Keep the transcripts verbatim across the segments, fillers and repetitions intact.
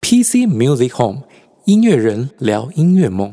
P C Music Home 音乐人聊音乐梦。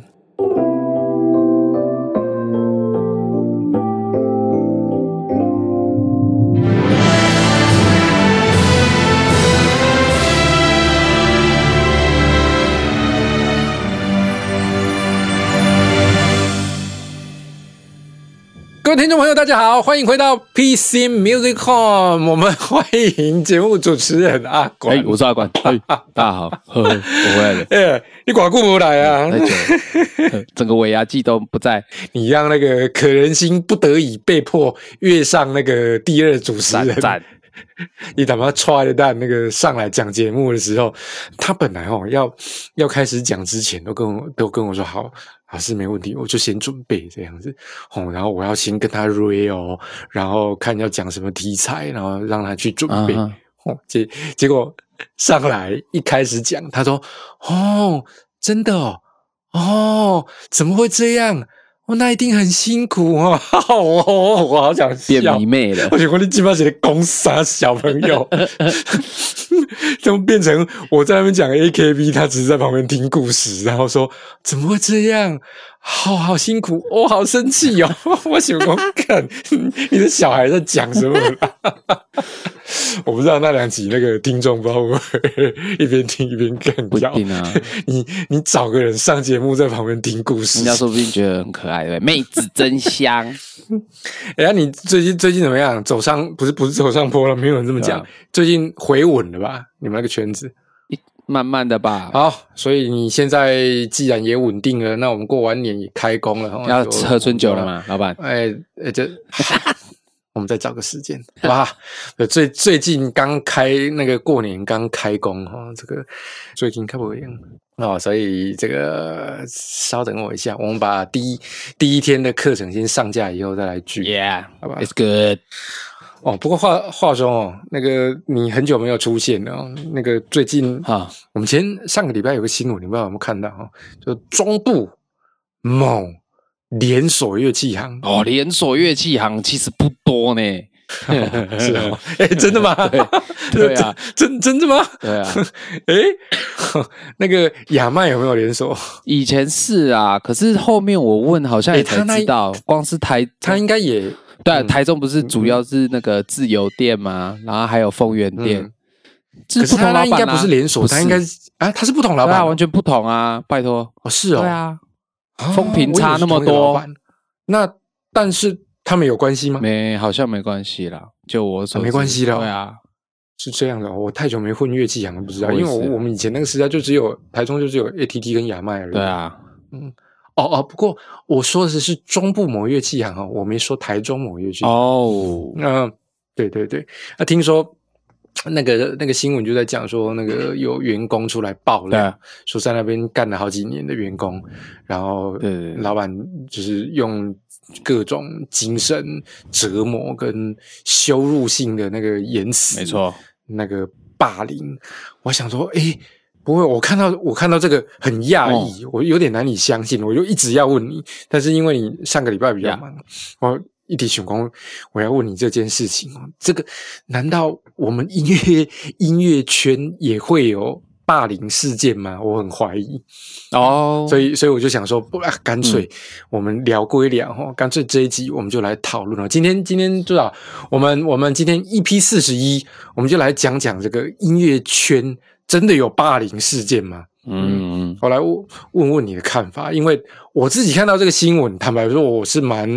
各位听众朋友大家好，欢迎回到 P C Music Home， 我们欢迎节目主持人阿管。 哎、欸，我是阿管。哎、大家好，呵呵我回来了。 哎、欸，你寡顾不来啊？ 太久了，整个尾牙季都不在。 你让那个可人心不得已被迫跃上那个第二主持人。 赞你他妈踹的蛋那个上来讲节目的时候，他本来哦要要开始讲之前都跟我都跟我说好。好是没问题，我就先准备这样子哦，然后我要先跟他 real， 然后看要讲什么题材，然后让他去准备、uh-huh. 哦。结结果上来一开始讲，他说：“哦，真的哦，哦，怎么会这样？哦，那一定很辛苦哦。哦”我我好想笑， 变迷妹了。 我觉得你基本上是公杀小朋友，怎么变成我在那边讲 A K B， 他只是在旁边听故事，然后说怎么会这样？好好辛苦，我、哦、好生气哦！我想说，看你的小孩在讲什么啦？我不知道那两集那个听众不知道会不会一边听一边干掉。 不一定啊， 你你找个人上节目在旁边听故事， 人家说不定觉得很可爱，对不对？妹子真香。 哎呀，你最近最近怎么样？走上不是不是走上坡了？没有人这么讲。最近回稳了吧？你们那个圈子？ 慢慢的吧。 好，所以你现在既然也稳定了，那我们过完年也开工了， 要喝春酒了吗，老板？ 哎哎，这我们再找个时间，好吧？最最近刚开那个过年刚开工哈，这个最近开不赢哦，所以这个稍等我一下，我们把第一第一天的课程先上架以后再来聚 ，Yeah， 好吧 ，It's good。 哦，不过话话说哦，那个你很久没有出现了哦。那个最近啊，我们前上个礼拜有个新闻，你不知道有没有看到哈？就中部某连锁乐器行哦，连锁乐器行其实不多呢。 哦是哦，哎、欸，真的吗？ 对, 对啊， 真真的吗？ 对啊， 哎、欸，那个亚麦有没有连锁？ 以前是啊，可是后面我问，好像也才知道，欸、光是台， 他应该也。 对、啊，台中不是主要是那个自由店吗？嗯、然后还有丰原店， 嗯、 是不同老板、啊、 可是他应该不是连锁，他应该是啊，他是不同老板、啊， 完全不同啊！拜托， 哦，是哦， 对啊，风评差那么多， 那但是他们有关系吗？ 没，好像没关系啦。就我所、 啊、没关系的、哦， 对啊， 是这样的。我太久没混乐器行了，不知道，因为我我们以前那个时代就只有台中就只有 A T T 跟亚麦而已。 对啊， 嗯。哦哦，不过我说的是中部某乐器行哈，我没说台中某乐器行。 哦， 嗯，对对对，那、啊、听说那个那个新闻就在讲说，那个有员工出来爆料，说在那边干了好几年的员工，然后老板就是用各种精神折磨跟羞辱性的那个言辞， 没错， 那个霸凌，我想说，诶不会，我看到我看到这个很讶异、哦，我有点难以相信，我就一直要问你，但是因为你上个礼拜比较忙，我一提醒光，我要问你这件事情哦，这个难道我们音乐音乐圈也会有霸凌事件吗？我很怀疑哦，所以所以我就想说，不啊，干脆我们聊归聊哈，干、嗯、脆这一集我们就来讨论了。今天今天多少？我们我们今天 E P 四十一，我们就来讲讲这个音乐圈。真的有霸凌事件吗？嗯，我来问问你的看法，因为我自己看到这个新闻，坦白说，我是蛮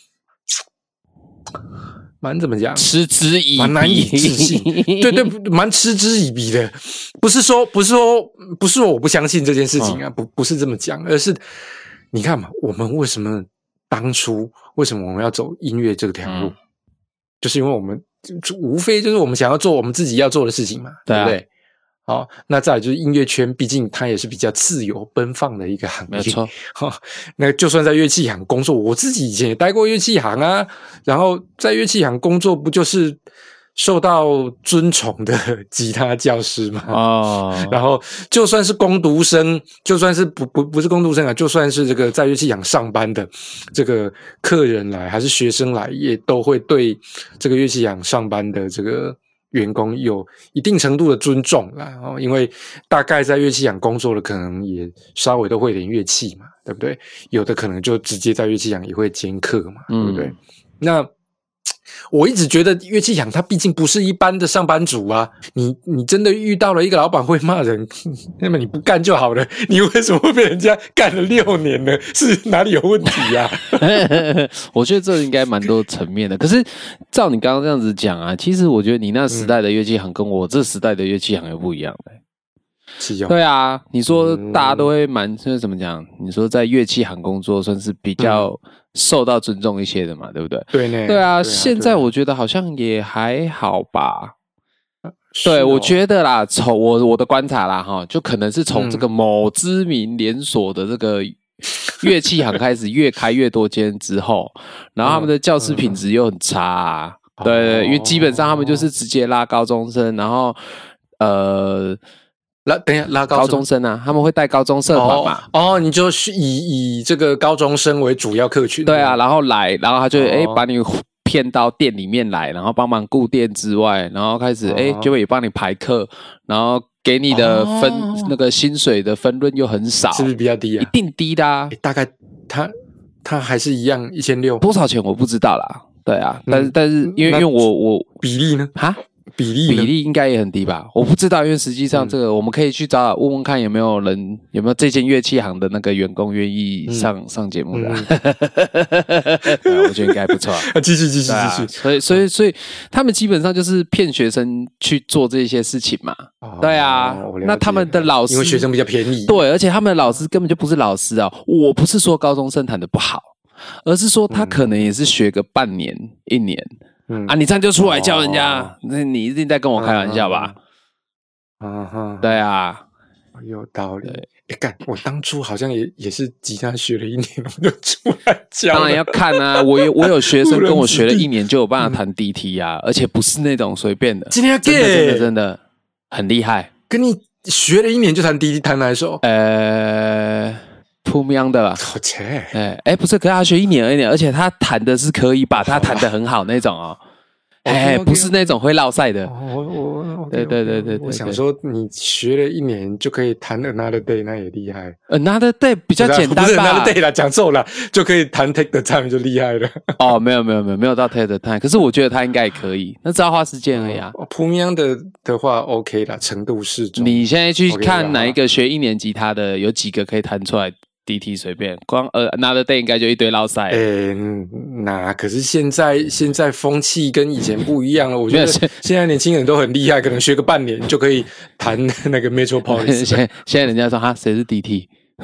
蛮怎么讲， 嗤之以鼻， 蛮难以置信，对对，蛮嗤之以鼻的。不是说不是说不是说我不相信这件事情啊，哦、不不是这么讲，而是你看嘛，我们为什么当初为什么我们要走音乐这条路，嗯、就是因为我们无非就是我们想要做我们自己要做的事情嘛，对, 啊、对不对？好、哦，那再来就是音乐圈，毕竟它也是比较自由奔放的一个行业。 没错， 哦，那就算在乐器行工作，我自己以前也待过乐器行啊。然后在乐器行工作，不就是受到尊崇的吉他教师吗？哦，然后就算是工读生，就算是不不不是工读生啊，就算是这个在乐器行上班的这个客人来，还是学生来，也都会对这个乐器行上班的这个员工有一定程度的尊重啦，哦，因为大概在乐器行工作的可能也稍微都会点乐器嘛，对不对？有的可能就直接在乐器行也会兼课嘛，嗯、对不对？那我一直觉得乐器行它毕竟不是一般的上班族啊，你你真的遇到了一个老板会骂人，那么你不干就好了，你为什么会被人家干了六年呢？是哪里有问题啊？ 我觉得这应该蛮多层面的。可是照你刚刚这样子讲啊，其实我觉得你那时代的乐器行跟我这时代的乐器行又不一样的、欸。对啊，你说大家都会蛮就是怎么讲？你说在乐器行工作算是比较受到尊重一些的嘛，对不对？ 对呢。 对啊，现在我觉得好像也还好吧。对，我觉得啦，从我我的观察啦，哈，就可能是从这个某知名连锁的这个乐器行开始越开越多间之后，然后他们的教室品质又很差、啊，对，因为基本上他们就是直接拉高中生，然后呃。 拉等一下，拉高中高中生啊，他们会带高中社团嘛？ 哦，哦你就是以以这个高中生为主要客群。 对啊，然后来，然后他就哎、哦、把你骗到店里面来，然后帮忙顾店之外，然后开始哎、哦、就会也帮你排课，然后给你的分、哦、那个薪水的分润又很少， 是不是比较低啊？ 一定低的啊， 大概他他还是一样一千六， 多少钱我不知道啦。对啊，嗯、但是但是因为因为我我比例呢？ 哈。 比例比例应该也很低吧？我不知道，因为实际上这个我们可以去找问问看有没有人有没有这间乐器行的那个员工愿意上、嗯、上节目的、啊嗯，我觉得应该不错、 啊。继续继续继续， 所以所以所以他们基本上就是骗学生去做这些事情嘛。哦、对啊，那他们的老师因为学生比较便宜， 对，而且他们的老师根本就不是老师啊。我不是说高中生弹的不好，而是说他可能也是学个半年、嗯、一年。嗯、啊！你这样就出来教人家，那、哦、你一定在跟我开玩笑吧？ 啊哈， 对啊， 有道理。哎，干，我当初好像也也是吉他学了一年，我就出来教。 当然要看啊，我有我有学生跟我学了一年就有办法弹 D T 啊，嗯、而且不是那种随便的， 今天真的真的真的很厉害。 跟你学了一年就弹 D T， 弹哪一首？ 呃。扑喵的吧， 我切， 哎哎，不是，可是他学一年而已，而且他弹的是可以把他弹得很好那种哦，哎，不是那种会落赛的。 我我对对对对， 我想说你学了一年就可以弹 Another Day， 那也厉害。 Another Day 比较简单吧？ 不是 Another Day 啦，讲错了，就可以弹 Take the Time 就厉害了。 哦，没有没有没有没有到 Take the Time， 可是我觉得他应该也可以，那只要花时间而已啊。 扑喵的的话 OK 啦，程度适中。 你现在去看哪一个学一年级他的，有几个可以弹出来？D T 随便，光呃 Another Day 应该就一堆落赛。 哎，那可是现在现在风气跟以前不一样了。我觉得现在年轻人都很厉害，可能学个半年就可以弹那个 Metropolis。 现现在人家说哈，谁是 D T？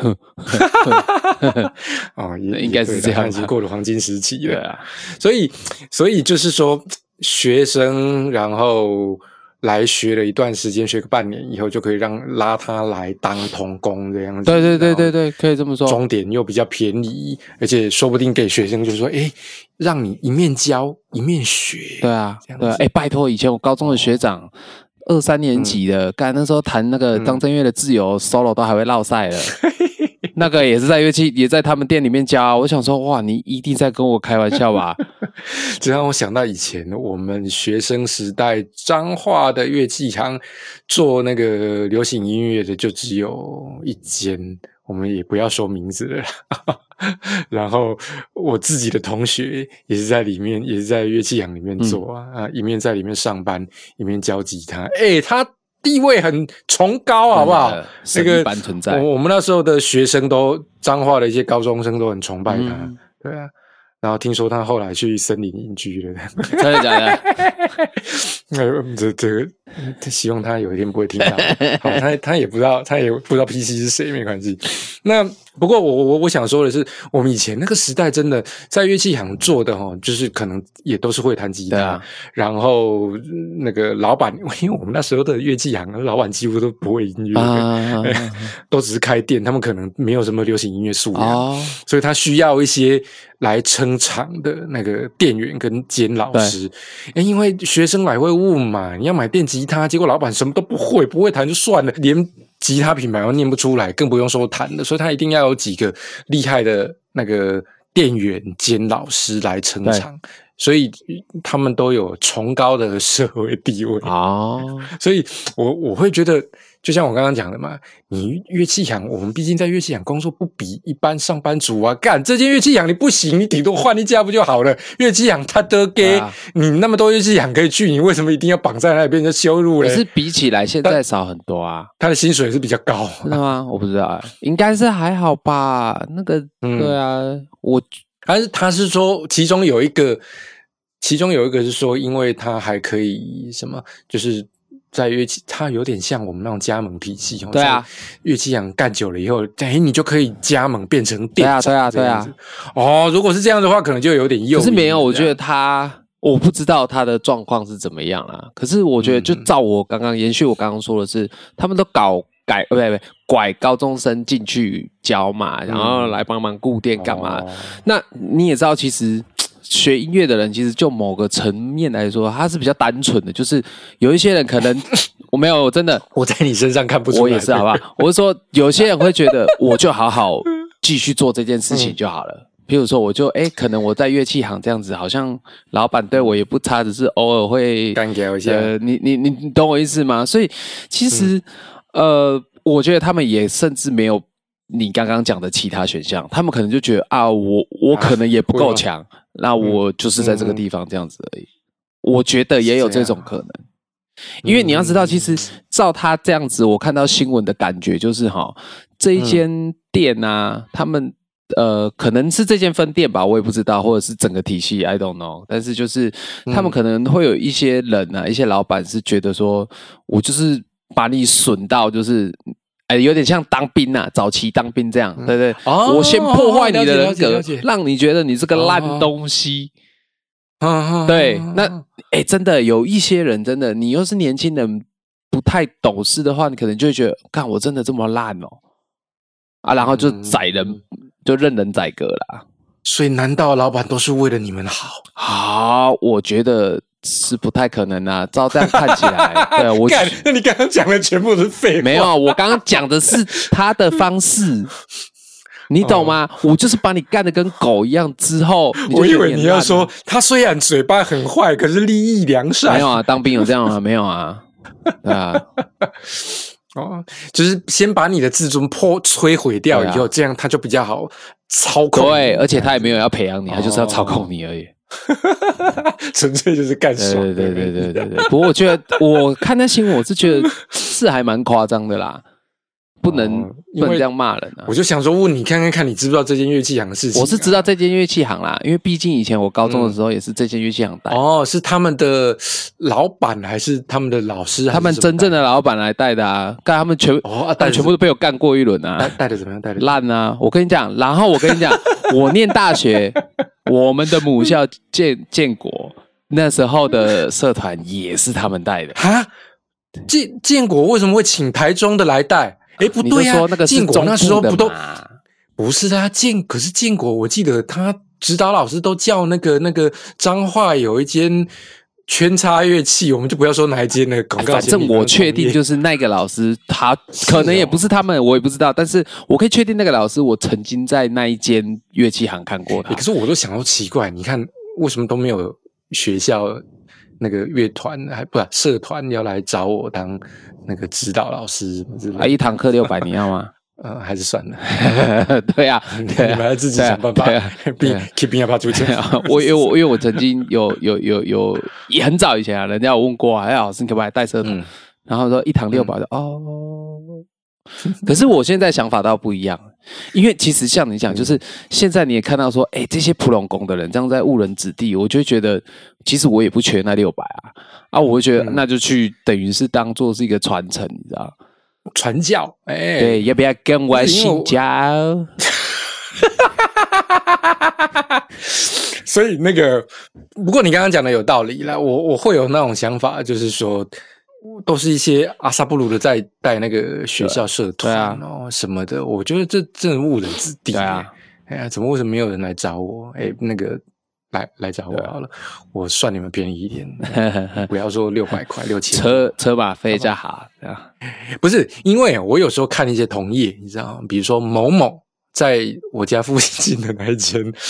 哦，也应该是这样， 已经过了黄金时期了。 对啊， 所以所以就是说，学生然后。来学了一段时间，学个半年以后，就可以让拉他来当童工这样子。 对对对对对，可以这么说。 钟点又比较便宜，而且说不定给学生就是说，哎，让你一面教一面学。 对啊，对啊，哎，拜托，以前我高中的学长，二三年级的，干、嗯、那时候弹那个张震岳的《自由》solo 都还会落赛了。那个也是在乐器，也在他们店里面教、啊。我想说，哇，你一定在跟我开玩笑吧？ 这让我想到以前我们学生时代彰化的乐器行做那个流行音乐的，就只有一间，我们也不要说名字了。然后我自己的同学也是在里面，也是在乐器行里面做啊，嗯、啊一面在里面上班，一面教吉他。哎，他。地位很崇高，好不好？ 那个般存在。 我我们那时候的学生都彰化的一些高中生都很崇拜他，嗯、对啊。然后听说他后来去森林隐居了， 真的假的？ 这这个，希望他有一天不会听到。好，他他也不知道，他也不知道 P C 是谁，没关系。那不过我我我想说的是，我们以前那个时代真的在乐器行做的齁，就是可能也都是会弹吉他，啊、然后那个老板，因为我们那时候的乐器行老板几乎都不会音乐，啊、都只是开店，他们可能没有什么流行音乐素养，哦、所以他需要一些来撑场的那个店员跟兼老师。因为学生来会问嘛，你要买电吉他，结果老板什么都不会，不会弹就算了，连吉他品牌都念不出来，更不用说弹的，所以他一定要有几个厉害的那个店员兼老师来撑场， 所以他们都有崇高的社会地位哦。 所以我我会觉得，就像我刚刚讲的嘛，你乐器行，我们毕竟在乐器行工作，不比一般上班族啊。干这间乐器行你不行，你顶多换一家不就好了？乐器行他得给、啊、你那么多乐器行可以去，你为什么一定要绑在那边就羞辱嘞？ 可是比起来，现在少很多啊。 他的薪水是比较高、啊， 真的吗？我不知道，应该是还好吧。那个，嗯、对啊，我还是他是说，其中有一个，其中有一个是说，因为他还可以什么，就是在乐器，他有点像我们那种加盟体系。 对啊， 乐器行干久了以后，哎，你就可以加盟变成店长。 对啊，对啊，对啊。 哦，如果是这样的话，可能就有点诱因。 可是没有，我觉得他，我不知道他的状况是怎么样啦。可是我觉得，就照我刚刚、嗯、延续我刚刚说的是，他们都搞。改不不不拐高中生进去教嘛，然后来帮忙顾店干嘛、嗯哦？那你也知道，其实学音乐的人，其实就某个层面来说，他是比较单纯的，就是有一些人可能我没有，我真的我在你身上看不出来， 我也是，好不好？我是说，有些人会觉得，我就好好继续做这件事情就好了。嗯譬如说，我就哎，可能我在乐器行这样子，好像老板对我也不差，只是偶尔会干掉一下。 呃，你你你你懂我意思吗？所以其实。嗯呃，我觉得他们也甚至没有你刚刚讲的其他选项，他们可能就觉得啊，我我可能也不够强、啊，那我就是在这个地方这样子而已。嗯、我觉得也有这种可能，因为你要知道，其实照他这样子，我看到新闻的感觉就是哈，这一间店啊，他们呃可能是这间分店吧，我也不知道，或者是整个体系 ，I don't know。但是就是他们可能会有一些人啊，一些老板是觉得说我就是。把你损到就是，哎，有点像当兵啊，早期当兵这样，嗯、对不对？哦，我先破坏你的人格，让你觉得你是个烂东西。哦、对，那哎，真的有一些人，真的，你又是年轻人，不太懂事的话，你可能就会觉得，看我真的这么烂哦，啊，然后就宰人，嗯、就任人宰割啦。 所以，难道老板都是为了你们好？ 好，我觉得。是不太可能啊，照这样看起来，对我。 那你刚刚讲的全部是废话。 没有，我刚刚讲的是他的方式，你懂吗？哦、我就是把你干得跟狗一样之后，你就我以为你要说他虽然嘴巴很坏，可是利益良善。 没有啊，当兵有这样吗？没有啊，对啊。 哦，就是先把你的自尊破摧毁掉以后，啊、这样他就比较好操控。 对，而且他也没有要培养你，他就是要操控你而已。 纯粹就是干爽。 对对对对对对。不过我觉得，我看那新闻，我是觉得是还蛮夸张的啦，不能、哦、不能这样骂人啊。 我就想说，问你看看看，你知不知道这间乐器行的事情、啊？ 我是知道这间乐器行啦，因为毕竟以前我高中的时候也是这间乐器行带、 嗯。哦，是他们的老板还是他们的老师？ 他们真正的老板来带的啊，干他们全哦，但全部都被我干过一轮啊。 带的怎么样？带的烂啊！我跟你讲，然后我跟你讲，我念大学。我们的母校建建国那时候的社团也是他们带的哈，建建国为什么会请台中的来带？哎，不对呀、啊，建国那时候不都不是啊？建可是建国，我记得他指导老师都叫那个那个彰化有一间圈插乐器，我们就不要说哪一间了。广告， 反正我确定就是那个老师，他可能也不是他们，我也不知道，但是我可以确定那个老师，我曾经在那一间乐器行看过他。 欸、可是我都想到奇怪，你看为什么都没有学校那个乐团还不是社团要来找我当那个指导老师之类的？ 啊，一堂课六百，你要吗？ 呃，还是算了。 对啊，对啊， 你们还自己想办法。对啊，比 keeping up 主持人。 我因为我因为我曾经有有有有也很早以前啊，人家有问过啊，哎，老师你可不可以带社团？嗯、然后说一堂六百的、嗯、哦。可是我现在想法倒不一样，因为其实像你讲，就是现在你也看到说，哎，这些普龙工的人这样在误人子弟，我就会觉得，其实我也不缺那六百啊，啊，我会觉得那就去等于是当做是一个传承，你知道。 传教，哎、欸， 对，要不要跟我信教？ 所以那个，不过你刚刚讲的有道理啦，我我会有那种想法，就是说，都是一些阿萨布鲁的在带那个学校社团哦、啊、什么的，我觉得这真的误人子弟。对啊，哎呀，怎么为什么没有人来找我？哎，那个。来来找我好了，我算你们便宜一点，不要说六百块、六千， 车车马费加哈， 不是因为我有时候看一些同业，你知道吗？比如说某某在我家附近的那一间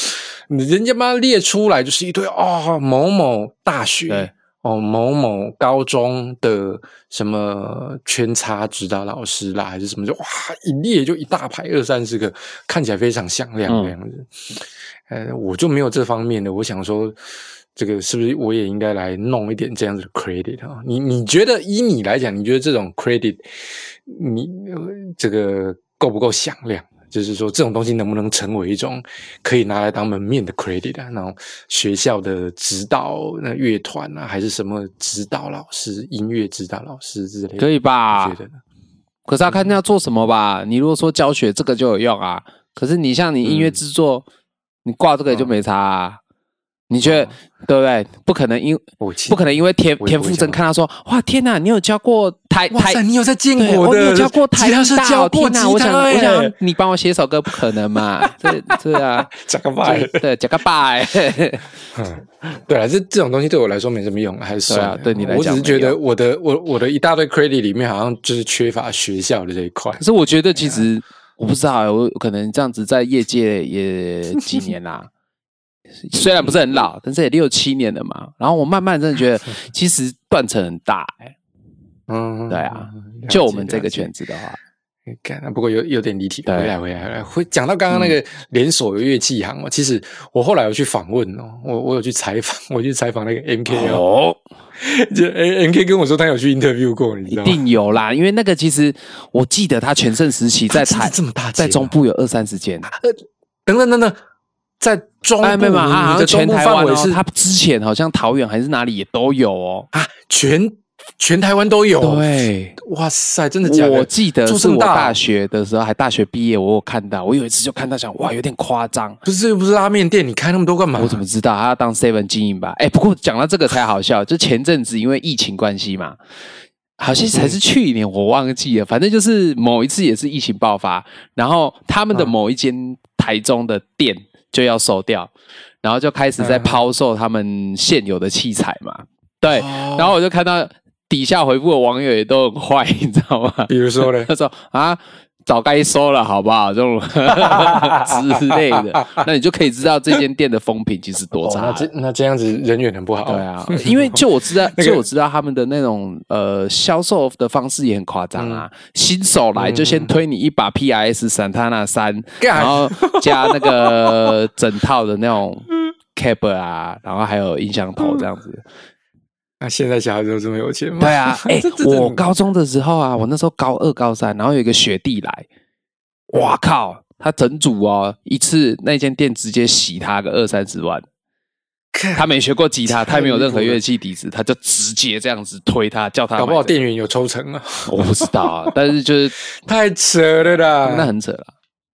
人家把它列出来就是一堆哦，某某大学。 对哦，某某高中的什么圈叉指导老师啦，还是什么，就哇一列就一大排二三十个，看起来非常响亮的样子。嗯、呃，我就没有这方面的，我想说，这个是不是我也应该来弄一点这样子的 credit 啊？你你觉得依你来讲，你觉得这种 credit， 你、呃、这个够不够响亮？就是说，这种东西能不能成为一种可以拿来当门面的 credit 啊？然后学校的指导那乐团啊，还是什么指导老师、音乐指导老师之类的， 可以吧？ 我觉得呢。 可是要看要做什么吧。你如果说教学这个就有用啊，可是你像你音乐制作，嗯、你挂这个也就没差啊。你觉得、哦、对不对？不可能因不可能因为田田馥甄看到说，哇天哪，你有教过台台， 哇你有在建国的， 你有教过台大， 教过天哪，我想我想你帮我写首歌，不可能嘛？这这啊， 加个拜， 对，加个拜。 对啊，这这种东西对我来说没什么用，还是算了。 对啊，对你来讲， 我只是觉得我的我我的一大堆 credit 里面好像就是缺乏学校的这一块。 可是我觉得其实、啊、我不知道，我可能这样子在业界也几年啦。虽然不是很老，但是也六七年了嘛。然后我慢慢真的觉得，其实断层很大哎、欸。嗯，对啊，就我们这个圈子的话， 干，不过有有点离题。回来回来回来，会讲到刚刚那个连锁的乐器行哦、嗯。其实我后来有去访问哦，我我有去采访，我去采访那个 M K 哦。就 M K 跟我说他有去 interview 过，你知道吗？ 一定有啦，因为那个其实我记得他全盛时期在台这么大， 在中部有二三十间。 呃，等等等等。在中部， 哎、没有，他好像全台湾是、 哦，他之前好像桃园还是哪里也都有哦啊，全全台湾都有。 对， 哇塞，真的假的？ 我记得是我大学的时候，还大学毕业，我有看到，我有一次就看到想，哇，有点夸张。 不是，又不是拉面店，你开那么多干嘛？ 我怎么知道？他要当 seven 经营吧？哎、欸，不过讲到这个才好笑，就前阵子因为疫情关系嘛。好像才是去年，我忘记了。反正就是某一次也是疫情爆发，然后他们的某一间台中的店就要收掉，然后就开始在抛售他们现有的器材嘛。对，然后我就看到底下回复的网友也都很坏，你知道吗？ 比如说呢， 他说啊。早该收了，好不好？这种之类的，那你就可以知道这间店的风评其实多差、 哦。那这那这样子人缘很不好。 对啊，因为就我知道，就我知道他们的那种呃销售的方式也很夸张啊。嗯、新手来就先推你一把 P R S Santana 三，然后加那个整套的那种 cab 啊，然后还有音响头这样子。 那、啊、现在小孩子都这么有钱吗？ 对啊，哎、欸，我高中的时候啊，我那时候高二、高三，然后有一个学弟来，哇靠，他整组哦，一次那间店直接洗他个二三十万。他没学过吉他，他没有任何乐器底子，他就直接这样子推他，叫他、這個。 搞不好店员有抽成啊， 我不知道啊，但是就是太扯了啦， 那很扯啦。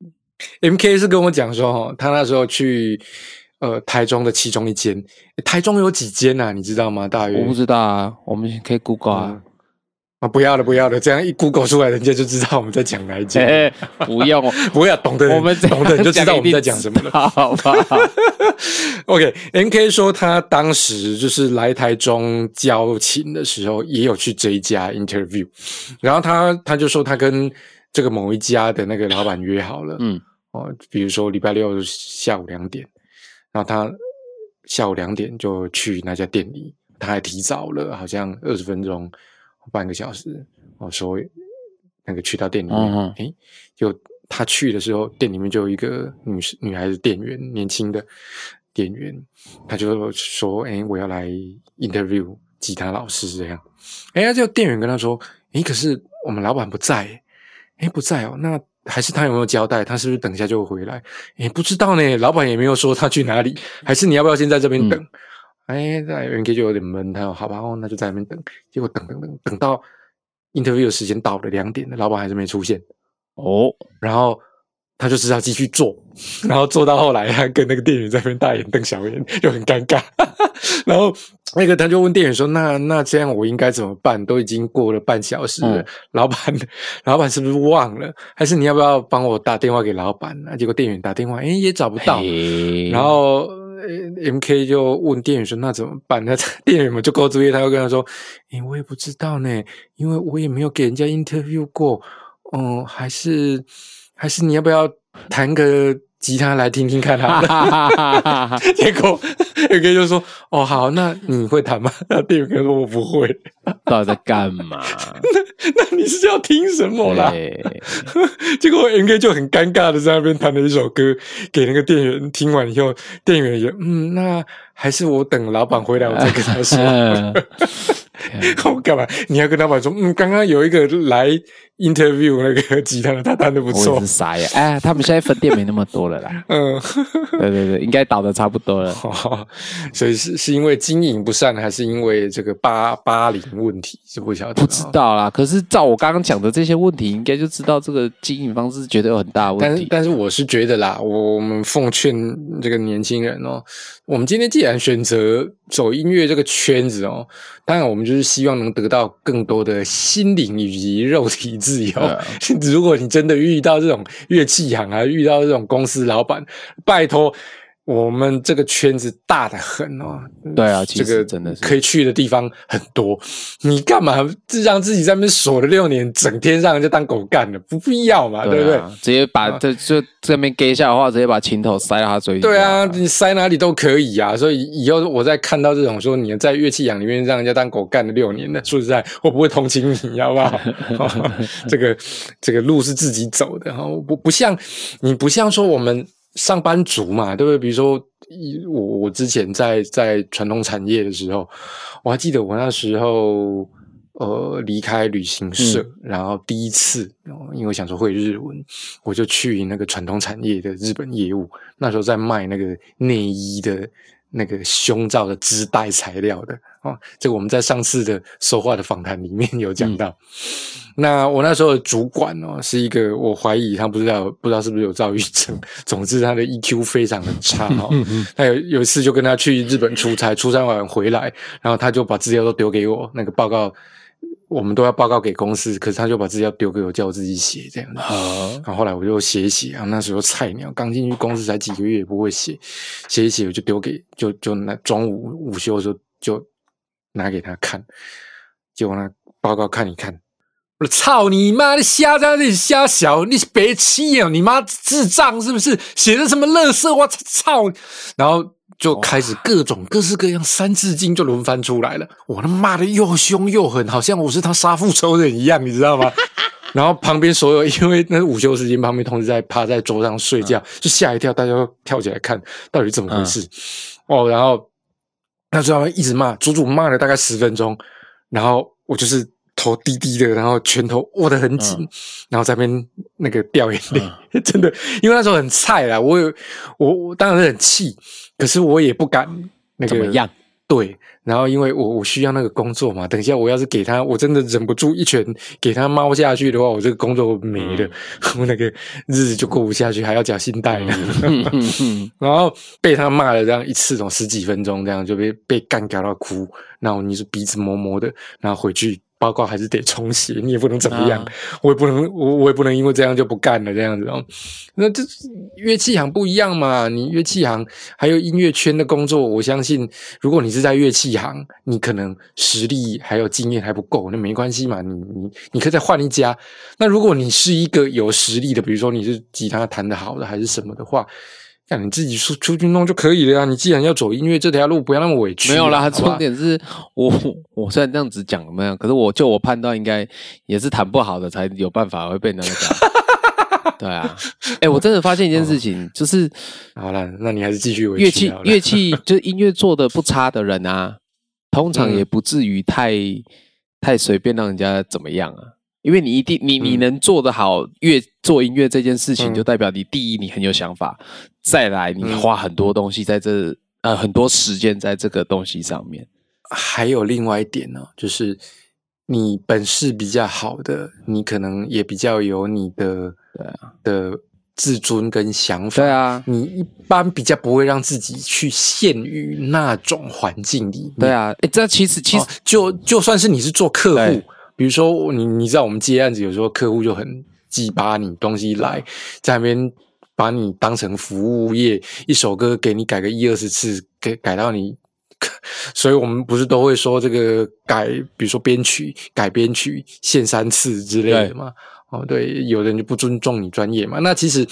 M K 是跟我讲说，他那时候去。呃，台中的其中一间，台中有几间啊？你知道吗？大约我不知道啊，我们可以 Google 啊。嗯、 啊，不要了，不要了，这样一 Google 出来，人家就知道我们在讲哪一间。 欸欸不用， 不要懂的人，我们懂的人就知道我们在讲什么了， 好不好 ？OK，M K 说他当时就是来台中教琴的时候，也有去这一家 interview， 然后他他就说他跟这个某一家的那个老板约好了，嗯，哦，比如说礼拜六下午两点。然后他下午两点就去那家店里，他还提早了，好像二十分钟、半个小时。我说那个去到店里面，哎、嗯，就他去的时候，店里面就有一个女女孩子店员，年轻的店员，他就说：“哎，我要来 interview 吉他老师这样。”哎，就店员跟他说：“哎，可是我们老板不在，哎，不在哦，那。”还是他有没有交代？他是不是等一下就会回来？也不知道呢。老板也没有说他去哪里。还是你要不要先在这边等？哎、嗯，在 M K 就有点闷，他说好吧，哦，那就在那边等。结果等等等等到 interview 的时间到了两点了，老板还是没出现。哦，然后他就只好继续做，然后做到后来，他跟那个店员在那边大眼瞪小眼，就很尴尬。然后那个他就问店员说：“那那这样我应该怎么办？都已经过了半小时了，嗯、老板老板是不是忘了？还是你要不要帮我打电话给老板？”那结果店员打电话，哎也找不到。然后 M K 就问店员说：“那怎么办？”那店员们就勾主意，他又跟他说：“哎，我也不知道呢，因为我也没有给人家 interview 过。嗯，还是还是你要不要谈个吉他来听听看好了。结果M K 就说：“哦，好，那你会弹吗？”那店员说：“我不会。” 到底在干嘛？ 那那你是要听什么啦？结果 M K 就很尴尬的在那边弹了一首歌给那个店员，听完以后，店员也嗯，那还是我等老板回来我再跟他说。我干嘛？你要跟老板说，嗯，刚刚有一个来 interview 那个吉他的，他弹得不错。 我也是傻呀！哎，他们现在分店没那么多了啦。嗯，对对对，应该倒的差不多了。 哦、所以是是因为经营不善，还是因为这个八八零问题？是不晓得。 不知道啦。可是照我刚刚讲的这些问题，应该就知道这个经营方式绝对有很大的问题。 但是但是我是觉得啦，我们奉劝这个年轻人哦，我们今天既然选择走音乐这个圈子哦，当然我们就是希望能得到更多的心灵以及肉体自由。如果你真的遇到这种乐器行啊，遇到这种公司老板，拜托，我们这个圈子大得很哦。 对啊，其实真的是可以去的地方很多。你干嘛让自己在那边锁了六年，整天让人家当狗干了？不必要嘛，对, 啊、对不对？ 直接把这、啊、就这边给下的话，直接把琴头塞到他嘴里。 对啊，你塞哪里都可以啊。所以以后我再看到这种说你在乐器行里面让人家当狗干了六年的，说实在，我不会同情你，好不好？这个这个路是自己走的哈，不不像你不像说我们。上班族嘛，对不对？比如说，我我之前在在传统产业的时候，我还记得我那时候呃离开旅行社，嗯、然后第一次，因为我想说会日文，我就去那个传统产业的日本业务，那时候在卖那个内衣的那个胸罩的织带材料的哦，这个我们在上次的说话的访谈里面有讲到。嗯那我那时候的主管哦，是一个我怀疑他不知道不知道是不是有躁郁症，总之他的 E Q 非常的差哦。他有有一次就跟他去日本出差，出差完回来，然后他就把资料都丢给我，那个报告我们都要报告给公司，可是他就把资料丢给我，叫我自己写这样子。然后后来我就写一写，然后那时候菜鸟刚进去公司才几个月，也不会写，写一写我就丢给就就那中午午休的时候就拿给他看，结果那报告看一看。我操你妈！你瞎在那里瞎小，你是白痴啊！你妈智障是不是？写的什么垃圾？我操！然后就开始各种各式各样三字经就轮番出来了。我他妈的又凶又狠，好像我是他杀父仇人一样，你知道吗？然后旁边所有因为那午休时间，旁边同事在趴在桌上睡觉，就吓一跳，大家都跳起来看到底怎么回事。嗯、哦，然后那时候一直骂，足足骂了大概十分钟，然后我就是。头低低的，然后拳头握得很紧，嗯、然后在那边那个掉眼泪，嗯、真的，因为那时候很菜啦，我有我我当然是很气，可是我也不敢那个怎么样， 对，然后因为我我需要那个工作嘛，等一下我要是给他，我真的忍不住一拳给他猫下去的话，我这个工作没了，嗯、我那个日子就过不下去，还要缴信贷呢，嗯嗯嗯、然后被他骂了这样一次，十几分钟这样就被被干搞到哭，然后你是鼻子磨磨的，然后回去。报告还是得重写，你也不能怎么样，啊、我也不能，我我也不能因为这样就不干了这样子哦。那这乐器行不一样嘛，你乐器行还有音乐圈的工作，我相信如果你是在乐器行，你可能实力还有经验还不够，那没关系嘛，你你你可以再换一家。那如果你是一个有实力的，比如说你是吉他弹得好的还是什么的话。那你自己出出去弄就可以了呀！你既然要走音乐这条路，不要那么委屈。 没有啦，重点是我我虽然这样子讲没有，可是我就我判断应该也是弹不好的才有办法会被那个。对啊，哎、欸，我真的发现一件事情，哦、就是好了，那你还是继续乐器乐器，就是音乐做的不差的人啊，通常也不至于太、嗯、太随便让人家怎么样啊。因为你一定你你能做得好乐做音乐这件事情，就代表你第一你很有想法，再来你花很多东西在这呃很多时间在这个东西上面。 还有另外一点呢，就是你本事比较好的，你可能也比较有你的对啊的自尊跟想法。 对啊， 你一般比较不会让自己去陷于那种环境里面。 对啊，哎，这其实其实、 哦、就就算是你是做客户。比如说你你知道我们接案子有时候客户就很鸡巴你东西来在那边把你当成服务业，一首歌给你改个一二十次，给改到你，所以我们不是都会说这个改，比如说编曲改编曲限三次之类的嘛？哦，对，有人就不尊重你专业嘛。那其实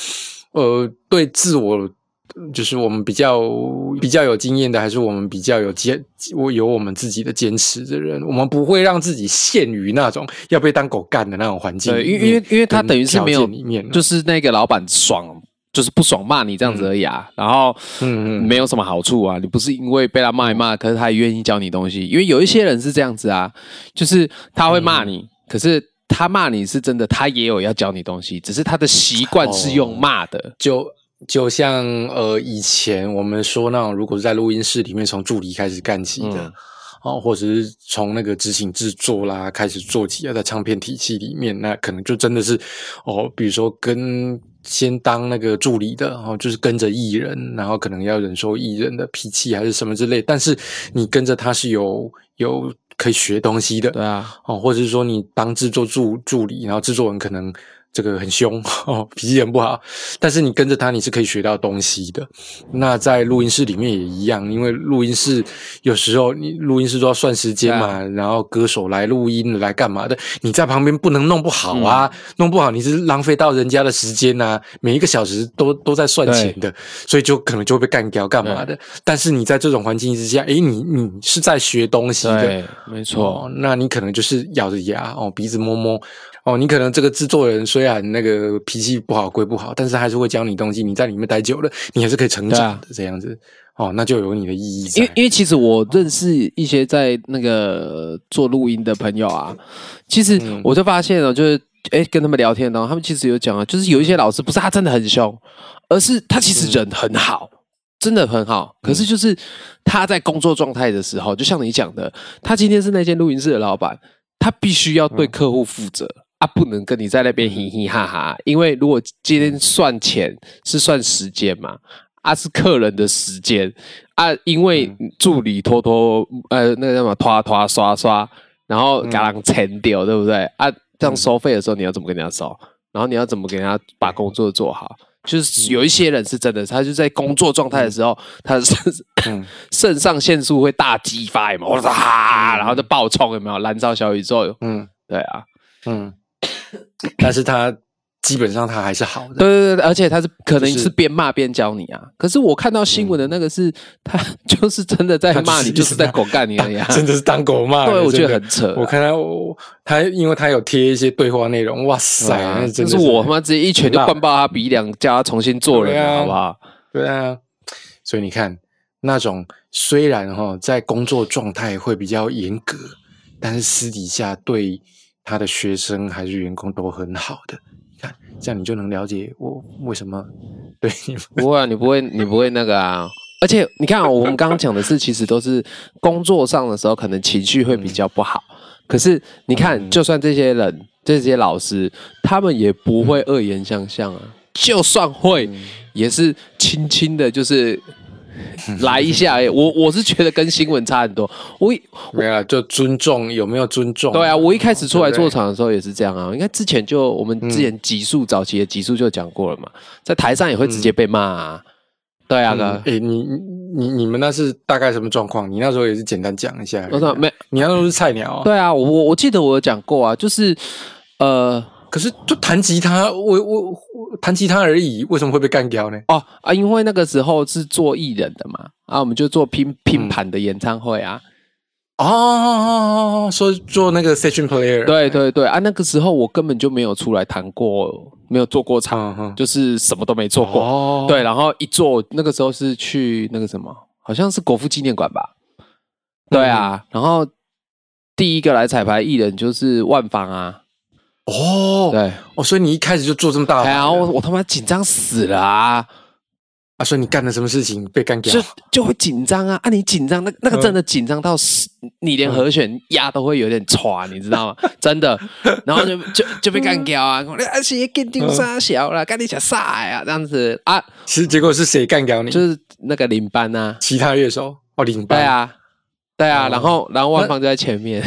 呃，对自我。就是我们比较比较有经验的，还是我们比较有坚有我们自己的坚持的人，我们不会让自己陷于那种要被当狗干的那种环境里面。 对，因为因为他等于是没有里面， 就是那个老板爽，就是不爽骂你这样子而已啊。嗯、然后嗯没有什么好处啊，你不是因为被他骂一骂，可是他也愿意教你东西。因为有一些人是这样子啊，就是他会骂你，嗯、可是他骂你是真的，他也有要教你东西，只是他的习惯是用骂的， 哦、就。就像呃以前我们说那种，如果是在录音室里面从助理开始干起的，嗯、哦，或者是从那个执行制作啦开始做起啊，在唱片体系里面，那可能就真的是哦，比如说跟先当那个助理的，然后就是跟着艺人，然后可能要忍受艺人的脾气还是什么之类，但是你跟着他是有有可以学东西的， 对啊， 哦，或者是说你当制作助助理，然后制作人可能。这个很凶哦，脾气很不好，但是你跟着他，你是可以学到东西的。那在录音室里面也一样，因为录音室有时候你录音室都要算时间嘛，啊、然后歌手来录音来干嘛的，你在旁边不能弄不好啊，嗯、弄不好你是浪费到人家的时间啊，每一个小时都都在算钱的，所以就可能就会被干掉干嘛的。但是你在这种环境之下，诶，你你是在学东西的， 对，没错、 哦。那你可能就是咬着牙哦，鼻子摸摸。哦，你可能这个制作人虽然那个脾气不好归不好，但是还是会教你东西。你在里面待久了，你还是可以成长的、啊、这样子。哦，那就有你的意义在。 因为因为其实我认识一些在那个做录音的朋友啊，其实我就发现了，就是哎跟他们聊天，然后他们其实有讲啊，就是有一些老师不是他真的很凶，而是他其实人很好。嗯真的很好，可是就是他在工作状态的时候，就像你讲的，他今天是那间录音室的老板，他必须要对客户负责、嗯、啊，不能跟你在那边嘻嘻哈哈。因为如果今天算钱是算时间嘛，啊是客人的时间啊，因为助理拖拖呃那个叫什么拖拖刷刷，然后给人钱掉，对不对啊？这样收费的时候你要怎么跟人家收？然后你要怎么给人家把工作做好？就是有一些人是真的，他就在工作状态的时候，他的肾上腺素会大激发，有没有？哇，然后就爆冲，有没有？燃烧小宇宙，嗯，对啊， 嗯，但是他基本上他还是好的， 对对对，而且他是可能是边骂边教你啊。可是我看到新闻的那个是，他就是真的在骂你，就是在狗干你而已， 真的是当狗骂。 对，我觉得很扯。 我看他，他因为他有贴一些对话内容，哇塞，那真的是我他妈直接一拳就灌爆他鼻梁，叫他重新做人了，好不好？ 对啊，所以你看那种虽然哈在工作状态会比较严格，但是私底下对他的学生还是员工都很好的。看，这样你就能了解我为什么对你不会啊，你不会，你不会那个啊。而且你看、哦，我们刚刚讲的是，其实都是工作上的时候，可能情绪会比较不好。嗯、可是你看，嗯、就算这些人、这些老师，他们也不会恶言相向啊。就算会，嗯、也是轻轻的，就是来一下。我我是觉得跟新闻差很多。我没有，就尊重有没有尊重？ 对啊，我一开始出来做场的时候也是这样啊。应该之前就我们之前集数、嗯、早期的集数就讲过了嘛，在台上也会直接被骂啊。嗯、对啊，哥，哎、 嗯欸，你你你们那是大概什么状况？你那时候也是简单讲一下。 我说没， 你那时候是菜鸟、啊。 对啊，我我记得我有讲过啊，就是呃。 可是就弹吉他，我我弹吉他而已，为什么会被干掉呢？ 哦啊，因为那个时候是做艺人的嘛，啊，我们就做拼拼盘的演唱会啊。 嗯、哦，说做那个 session player。 对对对啊，那个时候我根本就没有出来弹过，没有做过场，嗯、就是什么都没做过。哦、对，然后一做那个时候是去那个什么，好像是国父纪念馆吧。对啊，嗯、然后第一个来彩排艺人就是万芳啊。 哦， 对， 哦，所以你一开始就做这么大， 哎呀，我我他妈紧张死了啊！ 啊，所以你干了什么事情被干掉？ 就就会紧张啊！啊，你紧张，那那个真的紧张到嗯、你连和弦压都会有点喘，你知道吗？真的，然后就就就被干掉啊！啊，谁干丢啥小了？干你小傻呀？这样子啊！ 其实结果是谁干掉你？ 就是那个领班啊， 其他乐手哦，领班对啊。对啊，然后然后万芳就在前面，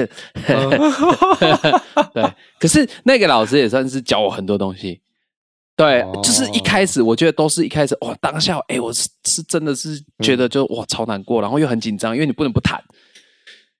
对，可是那个老师也算是教我很多东西，对，哦、就是一开始我觉得都是一开始哇，当下哎，我是是真的是觉得就哇超难过，然后又很紧张，因为你不能不弹，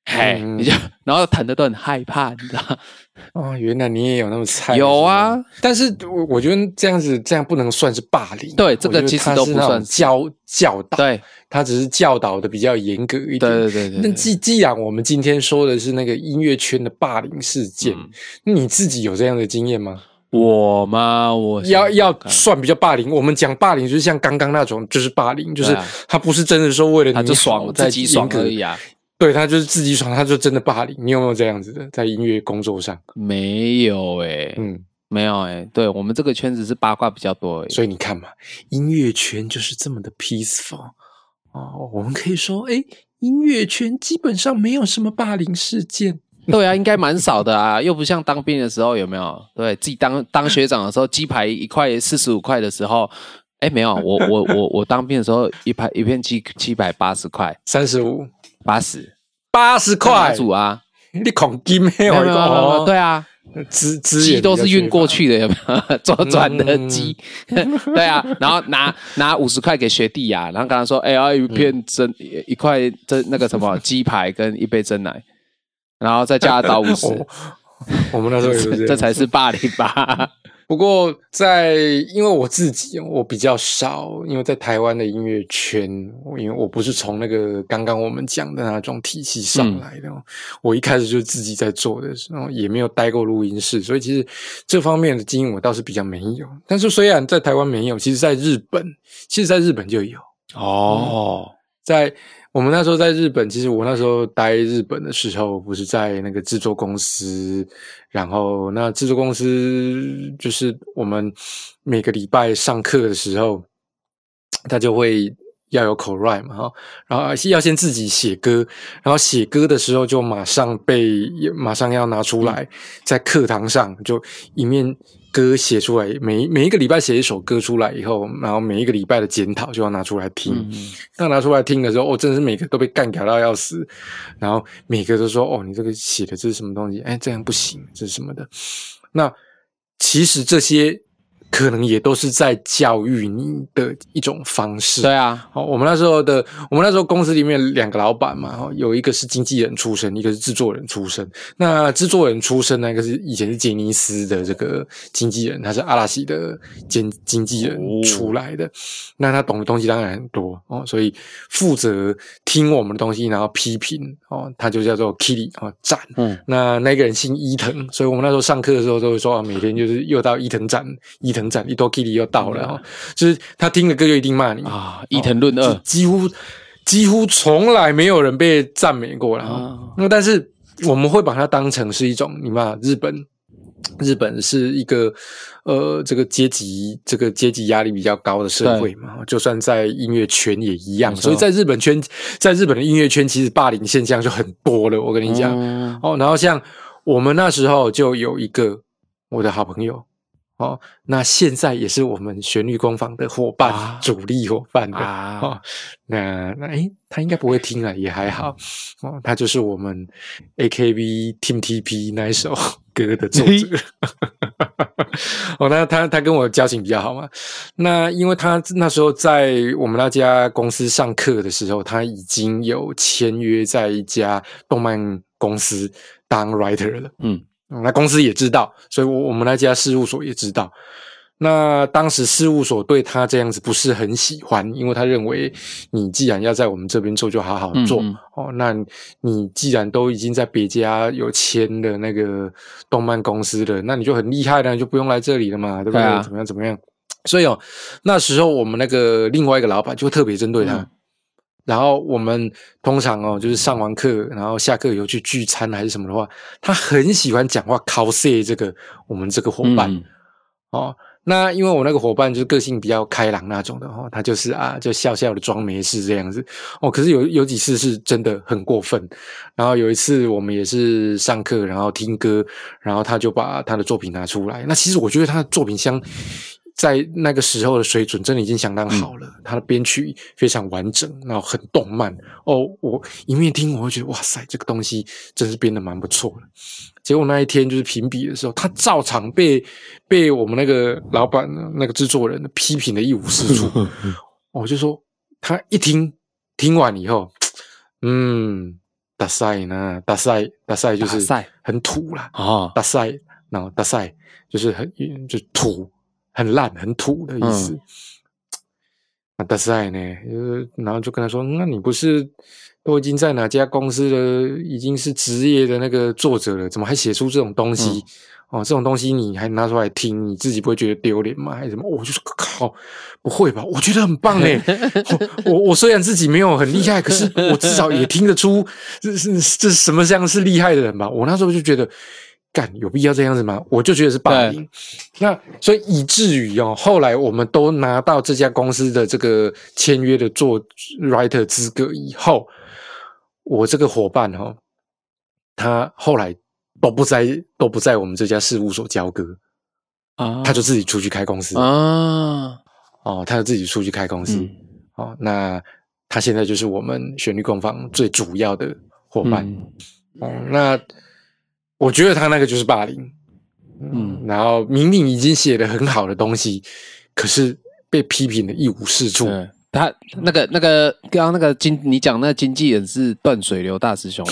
嘿，嗯、你就然后弹的都很害怕，你知道？ 哦，原来你也有那么菜。 有啊， 但是我我觉得这样子这样不能算是霸凌。 对，这个其实都不算教教导。 对， 他只是教导的比较严格一点。 对对 对, 对, 对。 那既既然我们今天说的是那个音乐圈的霸凌事件，嗯、你自己有这样的经验吗？ 我吗？我要要算比较霸凌。我们讲霸凌就是像刚刚那种，就是霸凌，就是他不是真的说为了你他就爽自己爽而已啊。 对，他就是自己爽，他就真的霸凌。你有没有这样子的在音乐工作上？ 没有诶、欸， 嗯， 没有诶、欸。对，我们这个圈子是八卦比较多诶、欸， 所以你看嘛，音乐圈就是这么的 peaceful 哦。我们可以说，诶，音乐圈基本上没有什么霸凌事件。 对啊，应该蛮少的啊，又不像当兵的时候有没有？对自己当当学长的时候，鸡排一块四十五块的时候，哎，没有，我我我我当兵的时候一排一片鸡七百八十块， 三十五八十八十块组啊， 你恐鸡没有？ 没有没有，对啊， 资资鸡都是运过去的，有没有？左转的鸡，嗯、对啊，然后拿拿五十块给学弟啊，然后跟他说，哎、欸，要一片蒸、嗯、一块蒸那个什么鸡排跟一杯蒸奶。然后再加倒五十， 我们那时候也是这样， 这才是霸凌吧？ 不过在因为我自己我比较少，因为在台湾的音乐圈，因为我不是从那个刚刚我们讲的那种体系上来的，嗯、我一开始就自己在做的，然后也没有待过录音室，所以其实这方面的经验我倒是比较没有。但是虽然在台湾没有，其实在日本，其实在日本就有哦， 嗯、在。我们那时候在日本，其实我那时候待日本的时候，不是在那个制作公司，然后那制作公司就是我们每个礼拜上课的时候，他就会要有口 rhyme 嘛，然后要先自己写歌，然后写歌的时候就马上被马上要拿出来，在课堂上就一面歌写出来，每每一个礼拜写一首歌出来以后，然后每一个礼拜的检讨就要拿出来听。嗯、那拿出来听的时候，哦，真的是每个都被干搞到要死，然后每个都说，哦，你这个写的这是什么东西？哎，这样不行，这是什么的？那其实这些可能也都是在教育你的一种方式。 对啊， 好，我们那时候的，我们那时候公司里面两个老板嘛，有一个是经纪人出身，一个是制作人出身。那制作人出身那个是以前是杰尼斯的这个经纪人，他是阿拉西的经经纪人出来的。哦、那他懂的东西当然很多哦，所以负责听我们的东西，然后批评哦，他就叫做 Kitty 哦，展。嗯，那那个人姓伊藤，所以我们那时候上课的时候都会说，啊、每天就是又到伊藤展，伊藤。展一多 Kitty 又到了、哦嗯、就是他听的歌就一定骂你啊，伊藤润二， 几乎几乎从来没有人被赞美过了、哦。那、啊、但是我们会把它当成是一种，你嘛，日本日本是一个呃这个阶级这个阶级压力比较高的社会嘛，就算在音乐圈也一样，所以在日本圈，在日本的音乐圈，其实霸凌现象就很多了。我跟你讲、嗯、哦，然后像我们那时候就有一个我的好朋友。哦，那现在也是我们旋律工坊的伙伴，啊、主力伙伴的啊。哦，那那诶，他应该不会听了，也还好。哦，他就是我们 A K B Team T P 那一首歌的作者。哦，那他他跟我交情比较好嘛。那因为他那时候在我们那家公司上课的时候，他已经有签约在一家动漫公司当 writer 了。嗯。那公司也知道，所以我我们那家事务所也知道。那当时事务所对他这样子不是很喜欢，因为他认为你既然要在我们这边做，就好好做。嗯嗯哦，那你既然都已经在别家有签的那个动漫公司了，那你就很厉害了，就不用来这里了嘛，对不对？对啊、怎么样怎么样？所以哦，那时候我们那个另外一个老板就会特别针对他。嗯然后我们通常哦，就是上完课，然后下课以后去聚餐还是什么的话，他很喜欢讲话 cos 这个我们这个伙伴、嗯、哦。那因为我那个伙伴就是个性比较开朗那种的哦，他就是啊，就笑笑的装没事这样子哦。可是有有几次是真的很过分。然后有一次我们也是上课，然后听歌，然后他就把他的作品拿出来。那其实我觉得他的作品相在那个时候的水准真的已经相当好了，嗯、他的编曲非常完整，然后很动漫哦。我一面听，我会觉得哇塞，这个东西真是编得蛮不错的。结果那一天就是评比的时候，他照常被被我们那个老板那个制作人批评的一无是处。我就说他一听听完以后，嗯。 大赛呢，大赛大赛就是很土啦， 哦， 大赛，然后大赛就是很就土，很烂，很土的意思。那大赛呢，就是然后就跟他说，那你不是都已经在哪家公司的已经是职业的那个作者了，怎么还写出这种东西？嗯哦，这种东西你还拿出来听，你自己不会觉得丢脸吗？还是什么？我、哦、就说靠，不会吧？我觉得很棒诶我我虽然自己没有很厉害，可是我至少也听得出这是这是什么像是厉害的人吧？我那时候就觉得，干有必要这样子吗？我就觉得是霸凌。那所以以至于哦，后来我们都拿到这家公司的这个签约的做 writer 资格以后，我这个伙伴哦，他后来。都不在都不在我们这家事务所交割啊，他就自己出去开公司啊，哦，他就自己出去开公司，嗯、哦，那他现在就是我们旋律工坊最主要的伙伴，嗯、哦，那我觉得他那个就是霸凌，嗯，然后明明已经写了很好的东西，可是被批评的一无是处。 嗯他那个那个刚刚那个经你讲那个经纪人是断水流大师兄。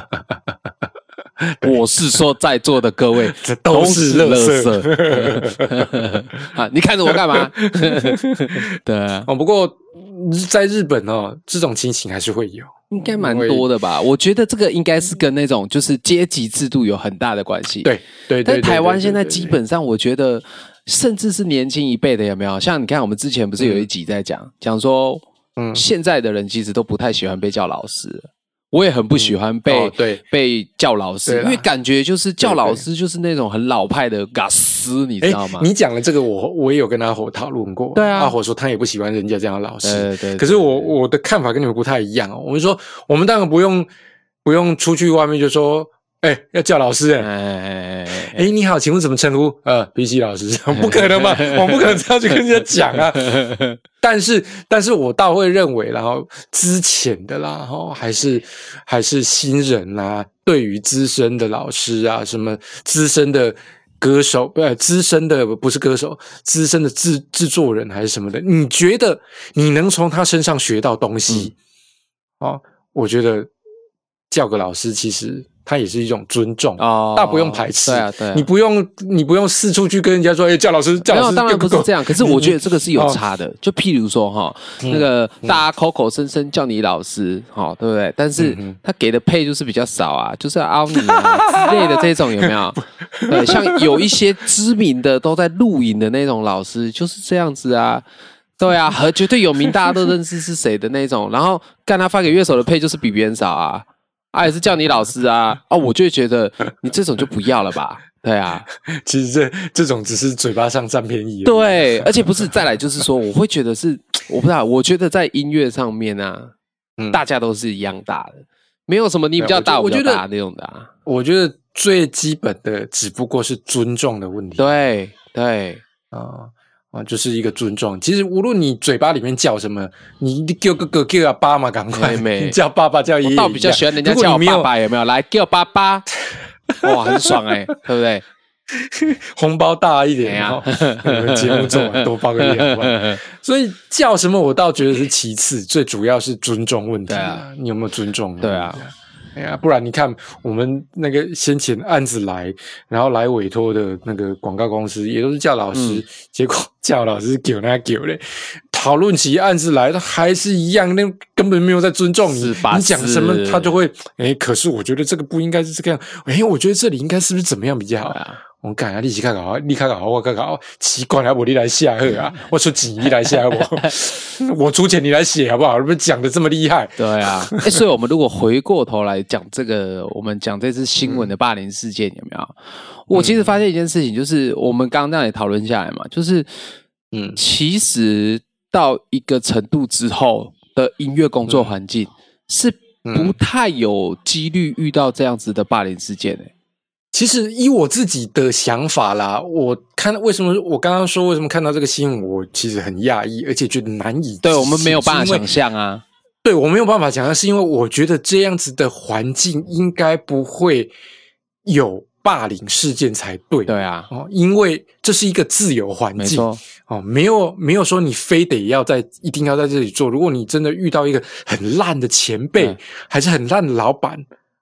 我是说，在座的各位这都是垃圾啊！你看着我干嘛？对啊， 哦，不过在日本哦，这种情形还是会有， 应该蛮多的吧？我觉得这个应该是跟那种就是阶级制度有很大的关系。 对对对， 但台湾现在基本上，我觉得甚至是年轻一辈的有没有？像你看，我们之前不是有一集在讲讲说，嗯，现在的人其实都不太喜欢被叫老师。我也很不喜欢被、嗯哦、对被叫老师，因为感觉就是叫老师就是那种很老派的嘎斯，你知道吗？ 你讲的这个我我也有跟阿火讨论过， 对啊， 阿火说他也不喜欢人家这样的老师， 对 对, 对, 对。 可是我我的看法跟你们不太一样哦，我们说我们当然不用不用出去外面就说，哎、欸，要叫老师哎、欸，哎哎哎哎，你好，请问怎么称呼？呃 ，P C 老师，不可能吧？我不可能这样去跟人家讲啊。但是，但是我倒会认为，然后之前的啦，哈，还是还是新人啦，对于资深的老师啊，什么资深的歌手，不、呃，资深的不是歌手，资深的制制作人还是什么的，你觉得你能从他身上学到东西？嗯、哦，我觉得叫个老师，其实它也是一种尊重，哦，大不用排斥， 对啊，对啊， 你不用你不用四处去跟人家说，哎、欸，叫老师，叫老师， 没有，当然不是这样。可是我觉得这个是有差的，嗯、就譬如说哈，嗯、那个大家口口声声叫你老师，哈，对不对？但是他给的配就是比较少啊，就是要凹你啊之类的这种有没有？对，像有一些知名的都在录影的那种老师就是这样子啊。对啊，和绝对有名，大家都认识是谁的那种，然后干他发给乐手的配就是比别人少啊，啊也是叫你老师啊，啊我就会觉得你这种就不要了吧，对啊， 其实这这种只是嘴巴上占便宜， 对，而且不是再来就是说，我会觉得是我不知道，我觉得在音乐上面啊，嗯、大家都是一样大的，没有什么你比较大我比较大那种的啊， 我觉得最基本的只不过是尊重的问题， 对对啊。呃啊，就是一个尊重。其实无论你嘴巴里面叫什么，你叫哥哥叫阿爸嘛，赶快叫爸爸叫爷爷。 我倒比较喜欢人家叫我爸爸，有没有？来叫爸爸，哇，很爽哎、欸，对不对？ 红包大一点啊！我们节目做完多包个脸好吧？所以叫什么我倒觉得是其次，最主要是尊重问题啊。你有没有尊重？ 对啊。 哎呀，不然你看我们那个先前案子来，然后来委托的那个广告公司也都是叫老师，嗯、结果叫老师给那给嘞，讨论起案子来，他还是一样，那根本没有在尊重你。你讲什么，他就会哎，可是我觉得这个不应该是这个样，哎，我觉得这里应该是不是怎么样比较好？啊、我讲啊，你去看搞，你看搞，我看搞，奇怪了，我你来下课啊，我出几亿来下我，我出钱你来写好不好？不是讲的这么厉害？ 对啊，欸、所以我们如果回过头来讲这个，我们讲这次新闻的霸凌事件有没有？我其实发现一件事情，就是我们刚刚这样也讨论下来嘛，就是嗯，其实到一个程度之后的音乐工作环境、嗯、是不太有几率遇到这样子的霸凌事件的、欸。 其实以我自己的想法啦，我看为什么我刚刚说为什么看到这个新闻，我其实很讶异，而且觉得难以对我们没有办法想象啊。 对我没有办法想象，是因为我觉得这样子的环境应该不会有霸凌事件才对。 对啊， 哦，因为这是一个自由环境，没错哦，没有没有说你非得要在一定要在这里做。如果你真的遇到一个很烂的前辈，还是很烂的老板。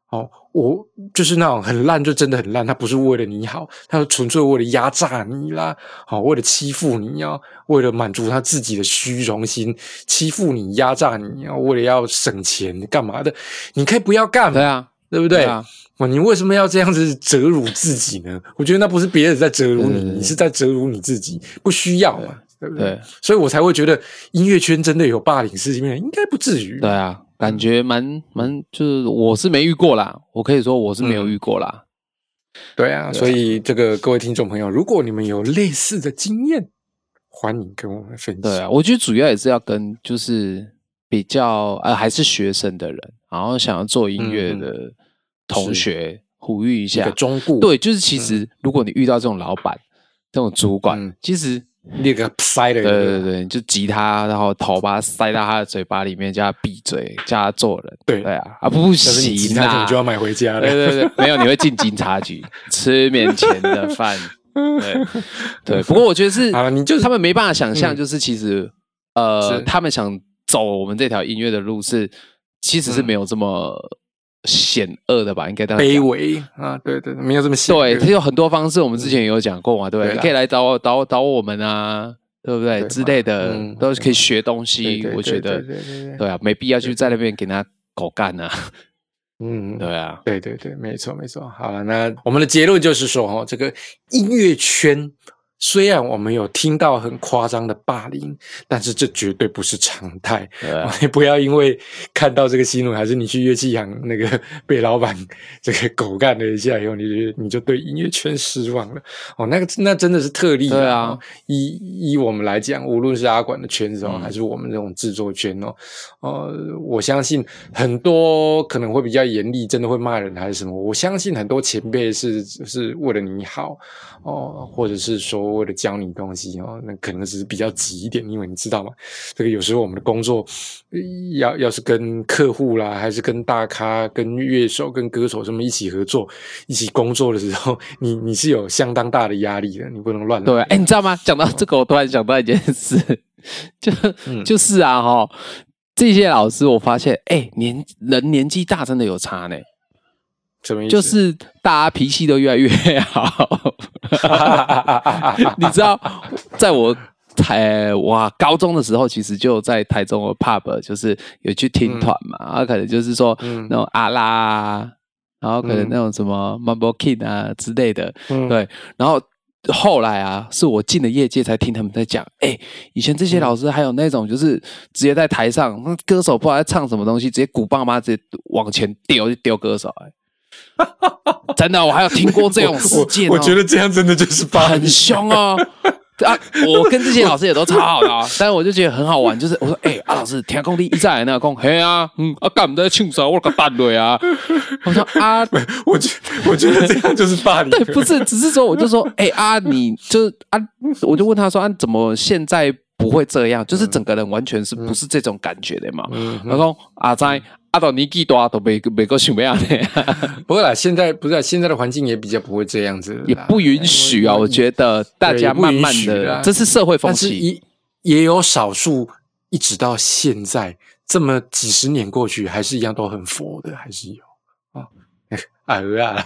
哦，我就是那种很烂就真的很烂，他不是为了你好，他纯粹为了压榨你啦，好、哦，为了欺负你哦，为了满足他自己的虚荣心，欺负你压榨你哦，为了要省钱干嘛的，你可以不要干嘛， 对啊， 对不对？ 对啊， 哦，你为什么要这样子折辱自己呢？我觉得那不是别人在折辱你，你是在折辱你自己，不需要嘛，对不对？对，所以我才会觉得音乐圈真的有霸凌事件，应该不至于。 对啊，感觉蛮蛮，就是我是没遇过啦，我可以说我是没有遇过啦。 嗯、对啊，所以这个各位听众朋友，如果你们有类似的经验，欢迎跟我们分享。 对啊，我觉得主要也是要跟就是比较呃还是学生的人，然后想要做音乐的同学呼吁一下， 一个忠告。 对，就是其实、嗯、如果你遇到这种老板、这种主管，嗯、其实那个塞的， 对对对，就吉他，然后头把它塞到他的嘴巴里面，叫他闭嘴，叫他做人。 对对啊，啊不行啦， 他就要买回家了。 对对对，没有，你会进警察局吃免钱的饭。对对，不过我觉得是， 啊，你就是他们没办法想象，就是其实、嗯、呃，他们想走我们这条音乐的路是，其实是没有这么险恶的吧？应该这样讲。 卑微啊，对对，没有这么险恶。 对，它有很多方式，我们之前也有讲过嘛，对不对？你可以来找我找找我们啊，对不对？之类的、嗯、都可以学东西。 对对对对我觉得， 对对对对对啊，没必要去在那边给他狗干啊。 嗯， 对啊， 对对对，没错没错。好了，那我们的结论就是说，哈，这个音乐圈虽然我们有听到很夸张的霸凌，但是这绝对不是常态。 啊、 你不要因为看到这个新闻，还是你去乐器行那个被老板这个狗干了一下以后，你就你就对音乐圈失望了。哦，那个那真的是特例。 对啊， 以以我们来讲，无论是阿管的圈子哦，嗯、还是我们这种制作圈哦，呃，我相信很多可能会比较严厉，真的会骂人还是什么。我相信很多前辈是是为了你好哦，或者是说为了教你东西哦，那可能只是比较急一点，因为你知道吗？这个有时候我们的工作要要是跟客户啦，还是跟大咖、跟乐手、跟歌手这么一起合作、一起工作的时候，你你是有相当大的压力的，你不能乱来。 对，哎，你知道吗？讲到这个，我突然想到一件事，就、嗯、就是啊，哈、哦，这些老师我发现，哎，年人年纪大真的有差呢。 什么意思？ 就是大家脾气都越来越好。你知道，在我台哇高中的时候，其实就在台中的 pub， 就是有去听团嘛，然后、嗯、可能就是说、嗯、那种阿拉啊，然后可能那种什么 Mambo King 啊之类的，嗯、对。然后后来啊，是我进了业界才听他们在讲，哎、欸，以前这些老师还有那种就是直接在台上，那歌手不知道在唱什么东西，直接鼓棒妈直接往前丢就丢歌手、欸，真的，我还有听过这种事件、哦我, 我, 我觉得这样真的就是霸凌， 很凶哦。啊，我跟这些老师也都超好的啊，但是我就觉得很好玩，就是我说，哎、欸，阿、啊、老师，听讲你一再来那讲，嘿啊，嗯，啊，干唔得庆祝，我个蛋累啊。我说啊， 我觉我觉得这样就是霸凌。 对，不是，只是说，我就说，哎、欸、啊，你就是啊，我就问他说，啊，怎么现在不会这样？就是整个人完全是不是这种感觉的嘛？嗯、然后啊，在。阿到年纪大都没没个想要呢， 不会啦，现在不是、啊、现在的环境也比较不会这样子， 也不允许啊。我觉得大家慢慢的，这是社会风气， 但是也也有少数一直到现在这么几十年过去，还是一样都很佛的，还是有啊。阿娥啊，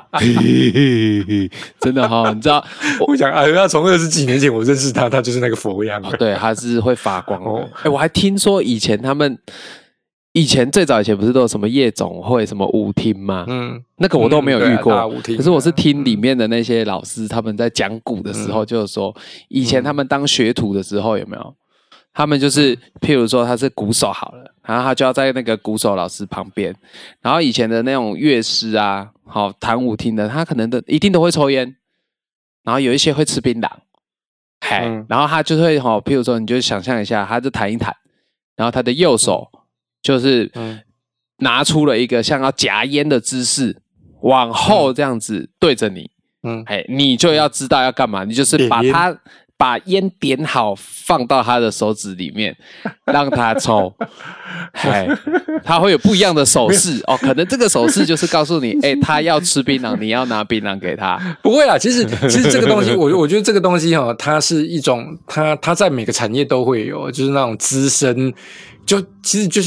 真的哈、哦，你知道， 我讲阿娥啊，从二十几年前我认识他，他就是那个佛样、 哦，对，他是会发光的。哦，哎，我还听说以前他们。以前最早以前不是都有什么夜总会、什么舞厅吗？嗯，那个我都没有遇过。嗯啊、可是我是听里面的那些老师他们在讲鼓的时候，就是说、嗯、以前他们当学徒的时候有没有？他们就是譬如说他是鼓手好了，然后他就要在那个鼓手老师旁边。然后以前的那种乐师啊，好弹舞厅的，他可能的一定都会抽烟，然后有一些会吃槟榔，嘿、嗯，然后他就会哈，譬如说你就想象一下，他就弹一弹，然后他的右手。嗯就是拿出了一个像要夹烟的姿势，往后这样子对着你，嗯，哎，你就要知道要干嘛，你就是把它把烟点好，放到他的手指里面，让他抽，哎，他会有不一样的手势哦，可能这个手势就是告诉你，哎，他要吃槟榔，你要拿槟榔给他。 不会啦，其实其实这个东西，我我觉得这个东西哈，它是一种，它它在每个产业都会有，就是那种资深。就其实就像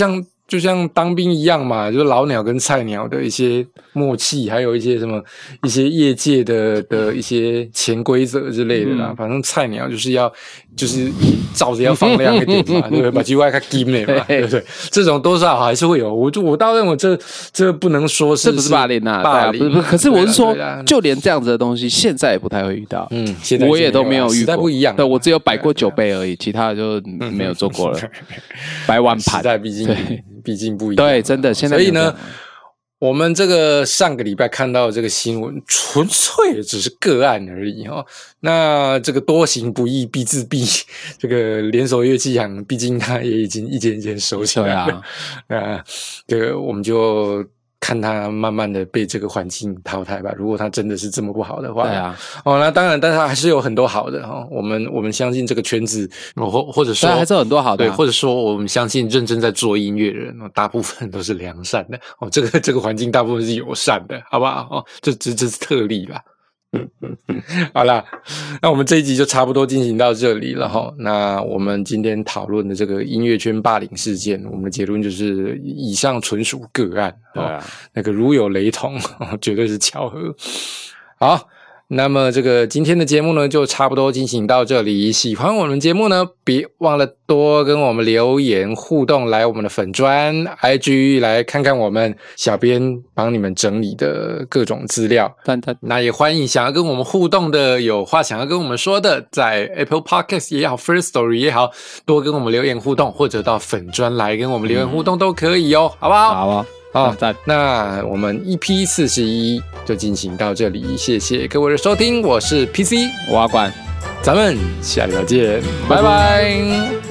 就像当兵一样嘛，就是老鸟跟菜鸟的一些默契，还有一些什么一些业界的的一些潜规则之类的啦。嗯、反正菜鸟就是要就是照着要放亮一点嘛，对不对？把机外开金嘞嘛，对不对？这种多少还是会有。我就我倒认为这这不能说是这不是霸凌啊，霸凌、啊、不是不是。可是我是说，就连这样子的东西，现在也不太会遇到。嗯，现在我也都没有遇过， 时代不一样。 对，我只有摆过酒杯而已，其他的就没有做过了。摆碗盘， 时代毕竟毕竟不一样。 对，真的。现在所以呢，我们这个上个礼拜看到的这个新闻，纯粹只是个案而已哈、哦。那这个多行不义必自毙，这个连锁乐器行，毕竟它也已经一间一间收起来了。对啊，那这个我们就看它慢慢的被这个环境淘汰吧。如果它真的是这么不好的话， 对啊， 哦，那当然，但它还是有很多好的哈、哦。我们我们相信这个圈子，或或者说还是有很多好的、啊， 对，或者说我们相信认真在做音乐的人，大部分都是良善的哦。这个这个环境大部分是友善的，好不好？哦，这这这是特例啦。嗯嗯嗯，好啦，那我们这一集就差不多进行到这里了哈。那我们今天讨论的这个音乐圈霸凌事件，我们的结论就是以上纯属个案， 对啊， 那个如有雷同，绝对是巧合。好。那么这个今天的节目呢，就差不多进行到这里。喜欢我们节目呢，别忘了多跟我们留言互动，来我们的粉专 I G 来看看我们小编帮你们整理的各种资料。那也欢迎想要跟我们互动的，有话想要跟我们说的，在 Apple Podcast 也好 ，First Story 也好，多跟我们留言互动，或者到粉专来跟我们留言互动都可以哦，好不好？ 好啊。 好，那我们 E P 四十一就进行到这里，谢谢各位的收听，我是 P C， 我阿管， 咱们下礼拜见，拜拜。